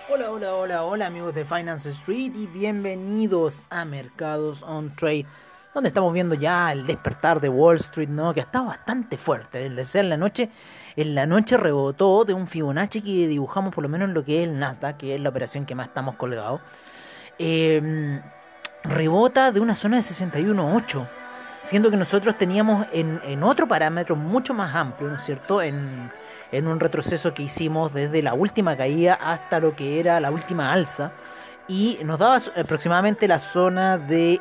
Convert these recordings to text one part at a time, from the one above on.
Hola, hola, hola, hola amigos de Finance Street y bienvenidos a Mercados on Trade, donde estamos viendo ya el despertar de Wall Street, ¿no? Que ha estado bastante fuerte. El deseo en la noche rebotó de un Fibonacci que dibujamos por lo menos en lo que es el Nasdaq, que es la operación que más estamos colgados. Eh, Rebota de una zona de 61.8, siendo que nosotros teníamos en otro parámetro mucho más amplio, ¿no es cierto? En un retroceso que hicimos desde la última caída hasta lo que era la última alza, y nos daba aproximadamente la zona de...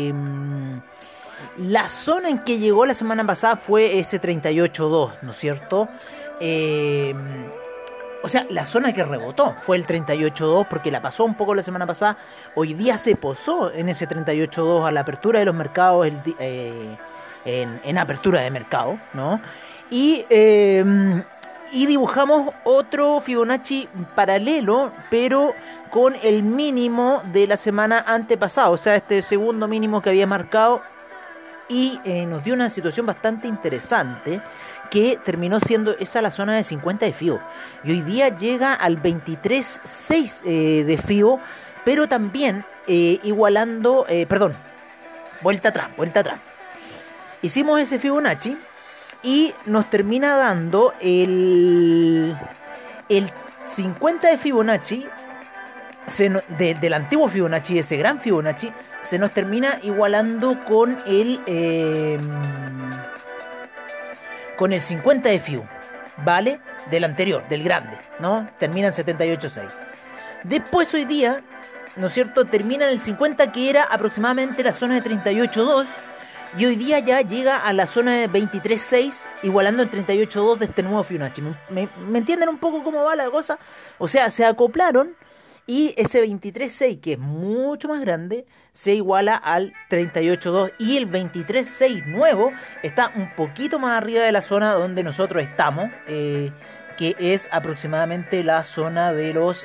la zona en que llegó la semana pasada fue ese 38.2, ¿no es cierto? Eh, o sea, la zona que rebotó fue el 38.2 porque la pasó un poco la semana pasada. Hoy día se posó en ese 38.2 a la apertura de los mercados, en apertura de mercado, ¿no? Y, y dibujamos otro Fibonacci paralelo, pero con el mínimo de la semana antepasada, o sea, este segundo mínimo que había marcado, y nos dio una situación bastante interesante que terminó siendo esa la zona de 50 de FIBO. Y hoy día llega al 23.6 de FIBO, pero también igualando, perdón, vuelta atrás, vuelta atrás. Hicimos ese Fibonacci y nos termina dando el 50 de Fibonacci, del antiguo Fibonacci, ese gran Fibonacci, se nos termina igualando con el 50 de FIU, ¿vale? Del anterior, del grande, ¿no? Termina en 78.6. Después hoy día, ¿no es cierto? Termina en el 50, que era aproximadamente la zona de 38.2, y hoy día ya llega a la zona de 23.6, igualando el 38.2 de este nuevo Fibonacci. ¿Me entienden un poco cómo va la cosa? O sea, se acoplaron y ese 23.6, que es mucho más grande, se iguala al 38.2, y el 23.6 nuevo está un poquito más arriba de la zona donde nosotros estamos, que es aproximadamente la zona de los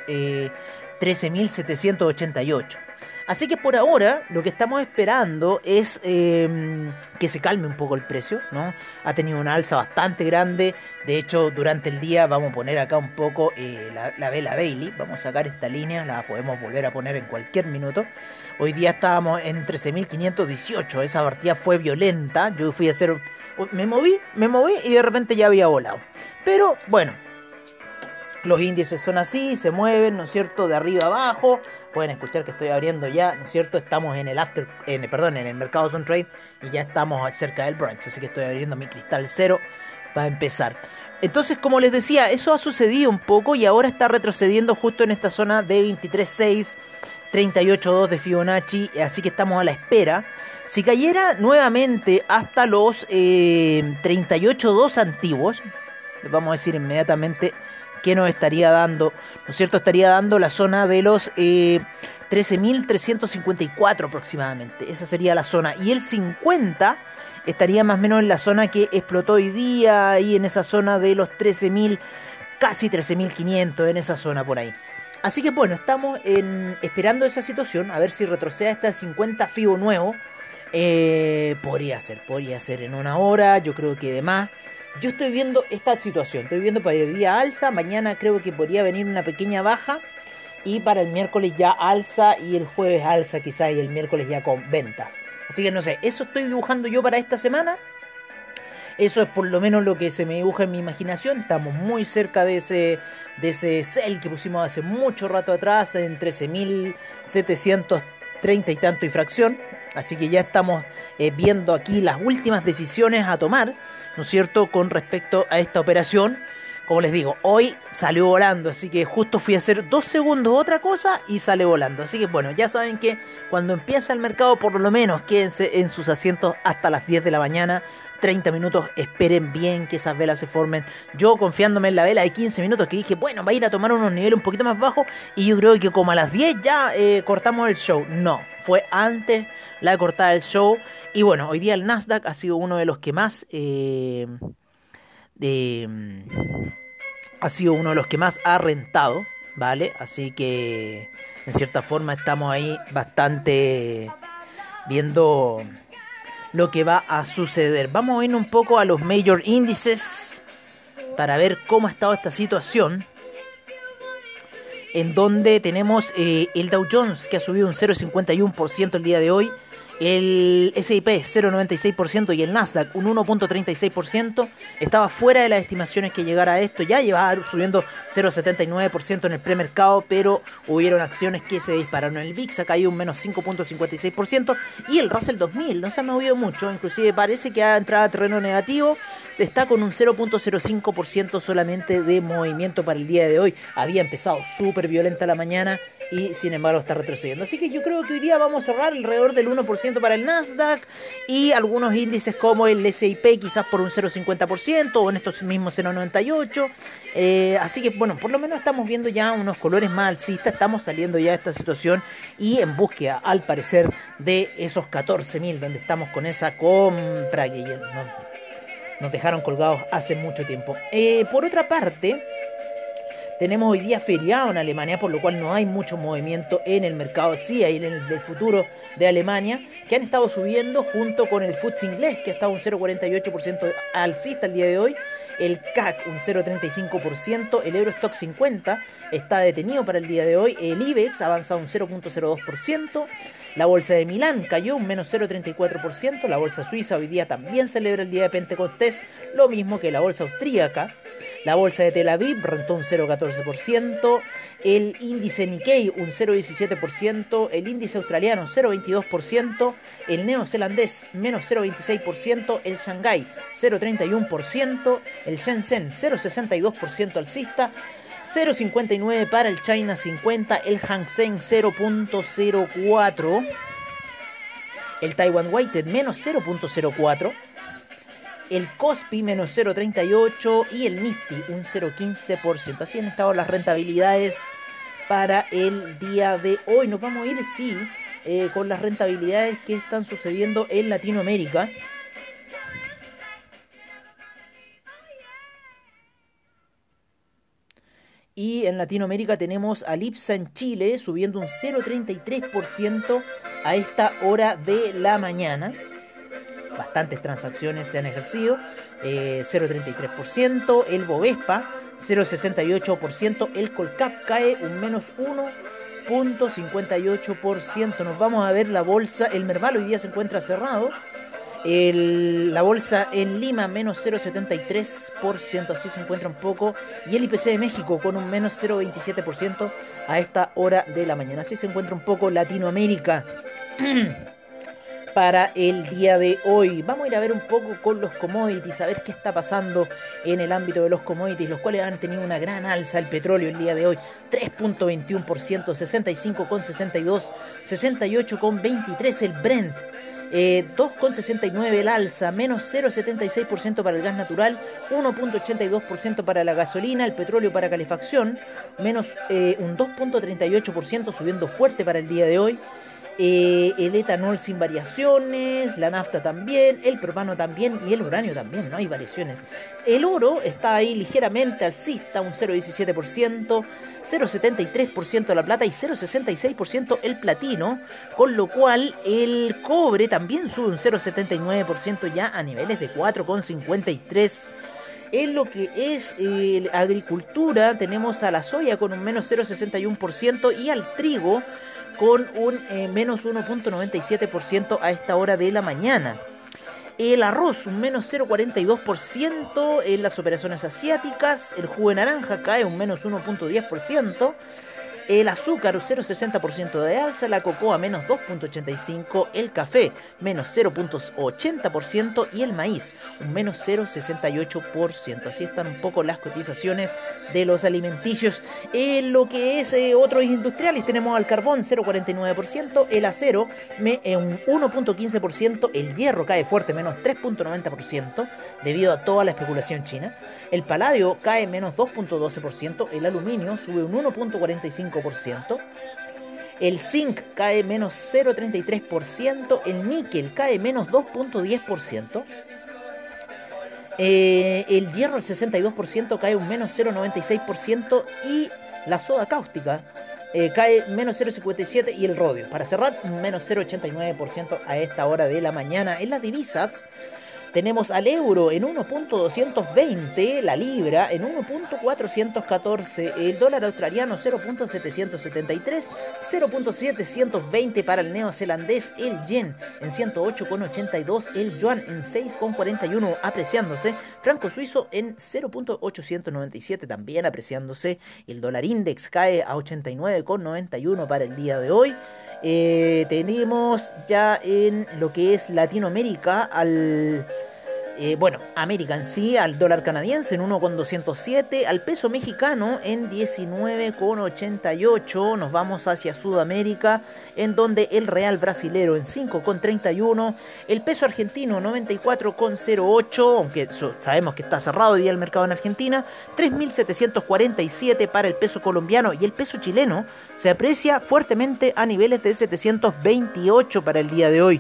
13.788. Así que por ahora lo que estamos esperando es que se calme un poco el precio, ¿no? Ha tenido una alza bastante grande. De hecho, durante el día vamos a poner acá un poco la vela daily. Vamos a sacar esta línea, la podemos volver a poner en cualquier minuto. Hoy día estábamos en 13.518. Esa partida fue violenta. Yo fui a hacer... me moví y de repente ya había volado. Pero bueno, los índices son así, se mueven, ¿no es cierto?, de arriba a abajo. Pueden escuchar que estoy abriendo ya, ¿no es cierto? Estamos en en el mercado on trade, y ya estamos cerca del brunch, así que estoy abriendo mi cristal cero para empezar. Entonces, como les decía, eso ha sucedido un poco y ahora está retrocediendo justo en esta zona de 23.6, 38.2 de Fibonacci, así que estamos a la espera. Si cayera nuevamente hasta los 38.2 antiguos, les vamos a decir inmediatamente que nos estaría dando, ¿no es cierto? Estaría dando la zona de los 13.354 aproximadamente. Esa sería la zona. Y el 50 estaría más o menos en la zona que explotó hoy día, ahí en esa zona de los 13.000, casi 13.500, en esa zona por ahí. Así que bueno, estamos esperando esa situación, a ver si retrocede hasta el 50 FIBO nuevo. Podría ser en una hora, yo creo que de más. Yo estoy viendo esta situación, estoy viendo para el día alza, mañana creo que podría venir una pequeña baja, y para el miércoles ya alza, y el jueves alza quizás, y el miércoles ya con ventas. Así que no sé, eso estoy dibujando yo para esta semana. Eso es por lo menos lo que se me dibuja en mi imaginación. Estamos muy cerca de ese sell que pusimos hace mucho rato atrás, en 13.730 y tanto y fracción. Así que ya estamos viendo aquí las últimas decisiones a tomar, ¿no es cierto?, con respecto a esta operación. Como les digo, hoy salió volando, así que justo fui a hacer 2 segundos otra cosa y sale volando. Así que bueno, ya saben que cuando empieza el mercado, por lo menos quédense en sus asientos hasta las 10 de la mañana. 30 minutos, esperen bien que esas velas se formen. Yo confiándome en la vela de 15 minutos, que dije, bueno, va a ir a tomar unos niveles un poquito más bajos, y yo creo que como a las 10 ya cortamos el show. No, fue antes la cortada del show. Y bueno, hoy día el Nasdaq ha sido uno de los que más... de, ha sido uno de los que más ha rentado, ¿vale? Así que en cierta forma estamos ahí bastante viendo lo que va a suceder. Vamos a ir un poco a los major índices para ver cómo ha estado esta situación. en donde tenemos el Dow Jones, que ha subido un 0,51% el día de hoy, el S&P 0,96% y el Nasdaq un 1,36%. Estaba fuera de las estimaciones que llegara a esto. Ya llevaba subiendo 0,79% en el premercado, pero hubieron acciones que se dispararon. El VIX ha caído un menos 5,56% y el Russell 2000 no se ha movido mucho, inclusive parece que ha entrado a terreno negativo. Está con un 0,05% solamente de movimiento para el día de hoy. Había empezado súper violenta la mañana y sin embargo está retrocediendo. Así que yo creo que hoy día vamos a cerrar alrededor del 1% para el Nasdaq y algunos índices como el S&P quizás por un 0,50% o en estos mismos 0,98%. Así que bueno, por lo menos estamos viendo ya unos colores más alcistas. Estamos saliendo ya de esta situación y en búsqueda al parecer de esos 14.000 donde estamos con esa compra que ya nos dejaron colgados hace mucho tiempo. Por otra parte, tenemos hoy día feriado en Alemania, por lo cual no hay mucho movimiento en el mercado. Sí, hay en el del futuro de Alemania, que han estado subiendo junto con el FTSE inglés, que ha estado un 0,48% alcista el día de hoy. El CAC un 0,35%, el Eurostock 50 está detenido para el día de hoy, el IBEX ha avanzado un 0,02%, la bolsa de Milán cayó un menos 0,34%, la bolsa suiza hoy día también celebra el día de Pentecostés, lo mismo que la bolsa austríaca, la bolsa de Tel Aviv rentó un 0,14%, el índice Nikkei un 0,17%, el índice australiano 0,22%, el neozelandés menos 0,26%, el Shanghái 0,31%, el Shenzhen 0,62% alcista, 0,59 para el China 50, el Hang Seng 0,04, el Taiwan Weighted menos 0,04, el Kospi menos 0,38 y el Nifty un 0,15%. Así han estado las rentabilidades para el día de hoy. Nos vamos a ir, sí, con las rentabilidades que están sucediendo en Latinoamérica. Y en Latinoamérica tenemos a IPSA en Chile subiendo un 0,33% a esta hora de la mañana. Bastantes transacciones se han ejercido, 0,33%, el Bovespa 0,68%, el Colcap cae un menos 1,58%. Nos vamos a ver la bolsa, el Merval hoy día se encuentra cerrado, la bolsa en Lima menos 0,73%, así se encuentra un poco, y el IPC de México con un menos 0,27% a esta hora de la mañana. Así se encuentra un poco Latinoamérica para el día de hoy. Vamos a ir a ver un poco con los commodities, a ver qué está pasando en el ámbito de los commodities, los cuales han tenido una gran alza. El petróleo el día de hoy 3,21%, 65,62, 68,23 el Brent, 2,69 el alza, menos 0,76% para el gas natural, 1,82% para la gasolina, el petróleo para calefacción, menos un 2,38%, subiendo fuerte para el día de hoy. El etanol sin variaciones, la nafta también, el propano también y el uranio también, no hay variaciones. El oro está ahí ligeramente alcista, un 0,17%, 0,73% la plata y 0,66% el platino, con lo cual el cobre también sube un 0,79% ya a niveles de 4,53%. En lo que es agricultura tenemos a la soya con un menos 0,61% y al trigo con un menos 1,97% a esta hora de la mañana. El arroz un menos 0,42% en las operaciones asiáticas. El jugo de naranja cae un menos 1,10%. El azúcar 0,60% de alza, la cocoa menos 2,85%, el café menos 0,80% y el maíz un menos 0,68%. Así están un poco las cotizaciones de los alimenticios. En lo que es otros industriales tenemos al carbón 0,49%, el acero un 1,15%, el hierro cae fuerte menos 3,90% debido a toda la especulación china. El paladio cae menos 2,12%, el aluminio sube un 1,45%, el zinc cae menos 0,33%, el níquel cae menos 2,10%, el hierro al 62% cae un menos 0,96% y la soda cáustica cae menos 0,57% y el rodio, para cerrar, un menos 0,89% a esta hora de la mañana. En las divisas Tenemos al euro en 1.220, la libra en 1.414, el dólar australiano 0.773, 0.720 para el neozelandés, el yen en 108,82, el yuan en 6,41 apreciándose, franco suizo en 0.897 también apreciándose, el dólar index cae a 89,91 para el día de hoy. Tenemos ya en lo que es Latinoamérica al... América en sí, al dólar canadiense en 1,207, al peso mexicano en 19,88. Nos vamos hacia Sudamérica, en donde el real brasilero en 5,31, el peso argentino 94,08, aunque sabemos que está cerrado hoy día el mercado en Argentina, 3.747 para el peso colombiano, y el peso chileno se aprecia fuertemente a niveles de 728 para el día de hoy,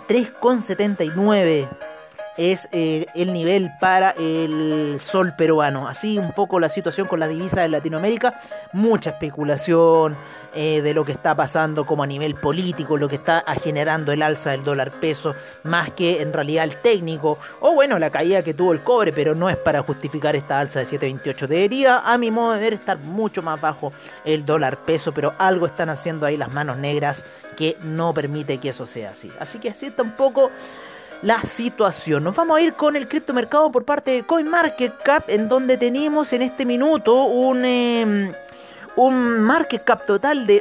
3,79 es el nivel para el sol peruano. Así un poco la situación con las divisas en Latinoamérica. Mucha especulación de lo que está pasando como a nivel político, lo que está generando el alza del dólar peso, más que en realidad el técnico, o bueno, la caída que tuvo el cobre, pero no es para justificar esta alza de 7.28. Debería, a mi modo de ver, estar mucho más bajo el dólar peso, pero algo están haciendo ahí las manos negras que no permite que eso sea así. Así que así tampoco la situación. Nos vamos a ir con el criptomercado por parte de CoinMarketCap, en donde tenemos en este minuto un market cap total de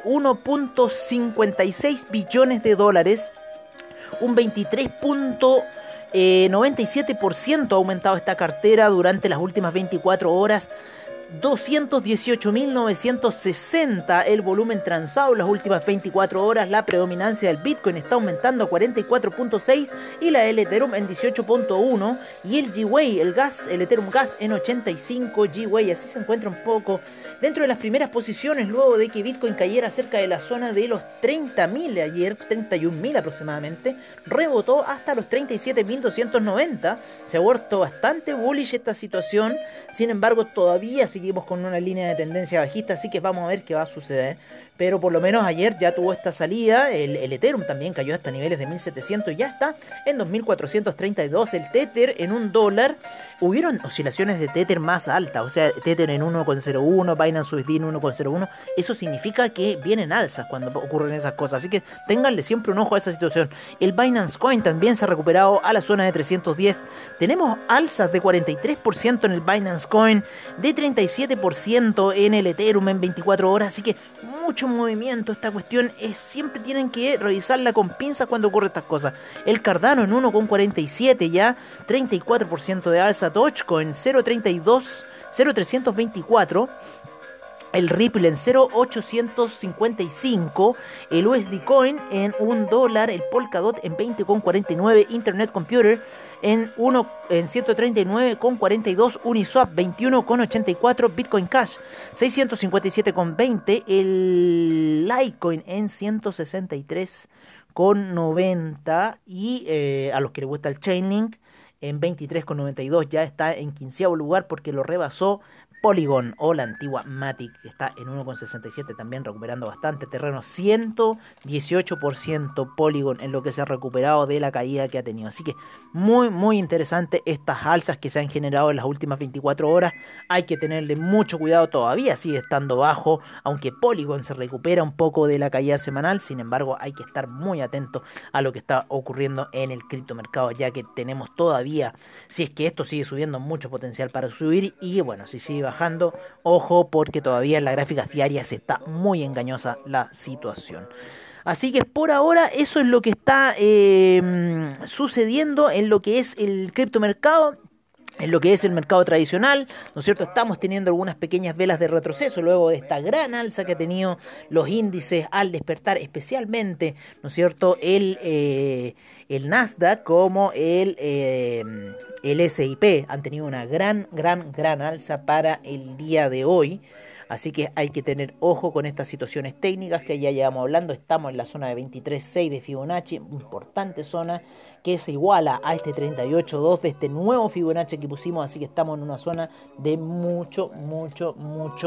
1.56 billones de dólares, un 23.97% ha aumentado esta cartera durante las últimas 24 horas. 218.960 el volumen transado en las últimas 24 horas. La predominancia del Bitcoin está aumentando a 44.6 y la del Ethereum en 18.1, y el Gwei, el Ethereum Gas en 85 Gwei. Así se encuentra un poco dentro de las primeras posiciones luego de que Bitcoin cayera cerca de la zona de los 30.000 ayer, 31.000 aproximadamente, rebotó hasta los 37.290. Se ha vuelto bastante bullish esta situación. Sin embargo, todavía seguimos con una línea de tendencia bajista, así que vamos a ver qué va a suceder. Pero por lo menos ayer ya tuvo esta salida. El Ethereum también cayó hasta niveles de 1.700 y ya está en 2.432. El Tether en $1. Hubieron oscilaciones de Tether más altas, o sea, Tether en 1,01, Binance USD en 1,01. Eso significa que vienen alzas cuando ocurren esas cosas, así que ténganle siempre un ojo a esa situación. El Binance Coin también se ha recuperado a la zona de 310. Tenemos alzas de 43% en el Binance Coin, de 37% en el Ethereum en 24 horas, así que mucho movimiento. Esta cuestión es, siempre tienen que revisarla con pinzas cuando ocurren estas cosas. El Cardano en 1,47 ya, 34% de alza. Dogecoin 0.324. El Ripple en 0.855, el USD Coin en $1, el Polkadot en 20,49, Internet Computer en 139,42, Uniswap 21,84, Bitcoin Cash 657,20, el Litecoin en 163,90 y a los que les gusta el Chainlink en 23,92, ya está en 15º lugar porque lo rebasó Polygon o la antigua Matic, que está en 1,67, también recuperando bastante terreno, 118% Polygon en lo que se ha recuperado de la caída que ha tenido. Así que muy interesante estas alzas que se han generado en las últimas 24 horas. Hay que tenerle mucho cuidado, todavía sigue estando bajo, aunque Polygon se recupera un poco de la caída semanal. Sin embargo, hay que estar muy atento a lo que está ocurriendo en el criptomercado, ya que tenemos todavía, si es que esto sigue subiendo, mucho potencial para subir, y bueno, si sigue bajando, ojo, porque todavía en las gráficas diarias está muy engañosa la situación. Así que por ahora eso es lo que está sucediendo en lo que es el criptomercado. En lo que es el mercado tradicional, ¿no es cierto? Estamos teniendo algunas pequeñas velas de retroceso luego de esta gran alza que ha tenido los índices al despertar, especialmente, ¿no es cierto?, el Nasdaq como el S&P han tenido una gran alza para el día de hoy. Así que hay que tener ojo con estas situaciones técnicas que ya llevamos hablando. Estamos en la zona de 23.6 de Fibonacci, importante zona que se iguala a este 38.2 de este nuevo Fibonacci que pusimos. Así que estamos en una zona de mucho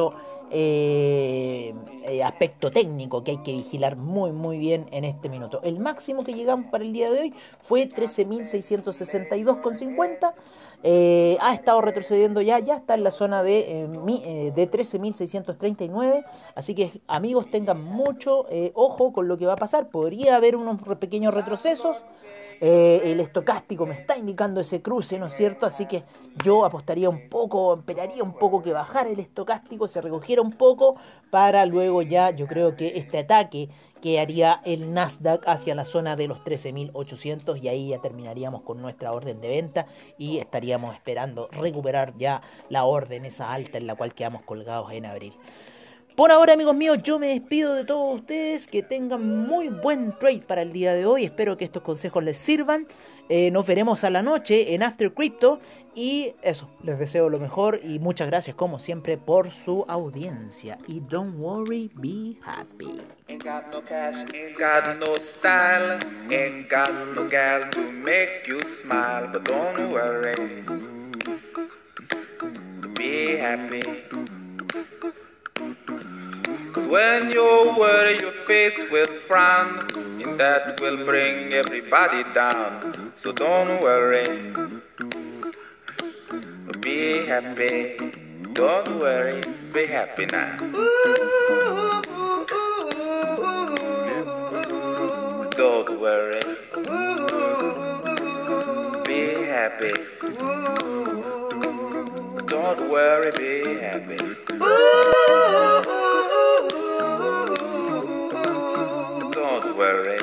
aspecto técnico que hay que vigilar muy muy bien en este minuto. El máximo que llegamos para el día de hoy fue 13.662,50. Ha estado retrocediendo ya está en la zona de 13.639. Así que amigos, tengan mucho ojo con lo que va a pasar. Podría haber unos pequeños retrocesos. El estocástico me está indicando ese cruce, ¿no es cierto? Así que yo apostaría un poco, esperaría un poco que bajara el estocástico, se recogiera un poco para luego ya, yo creo que este ataque que haría el Nasdaq hacia la zona de los 13.800 y ahí ya terminaríamos con nuestra orden de venta y estaríamos esperando recuperar ya la orden esa alta en la cual quedamos colgados en abril. Por ahora, amigos míos, yo me despido de todos ustedes. Que tengan muy buen trade para el día de hoy. Espero que estos consejos les sirvan. Nos veremos a la noche en After Crypto. Y eso, les deseo lo mejor. Y muchas gracias, como siempre, por su audiencia. Y don't worry, be happy. Ain't got no cash, ain't got no style, ain't got no gal to make you smile. But don't worry, be happy. Cause when you worry, your face will frown, and that will bring everybody down. So don't worry, be happy. Don't worry, be happy now. Don't worry, be happy. Don't worry, be happy. Don't worry,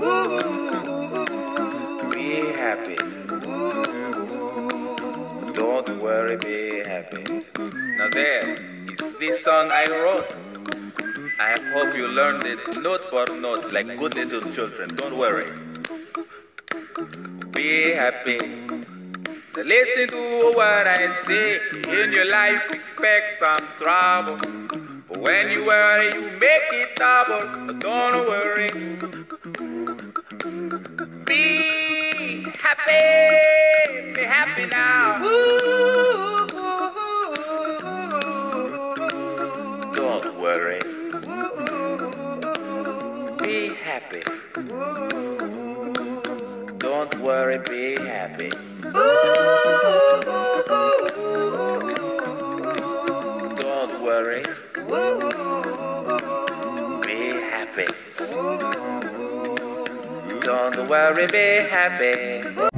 be happy. Don't worry, be happy. Now there is this song I wrote. I hope you learned it note for note like good little children. Don't worry, be happy. Listen to what I say. In your life, expect some trouble. But when you worry, you make it double. Don't worry. Be happy. Be happy now. Don't worry. Be happy. Don't worry, be happy. Don't worry, be happy. Don't worry, be happy.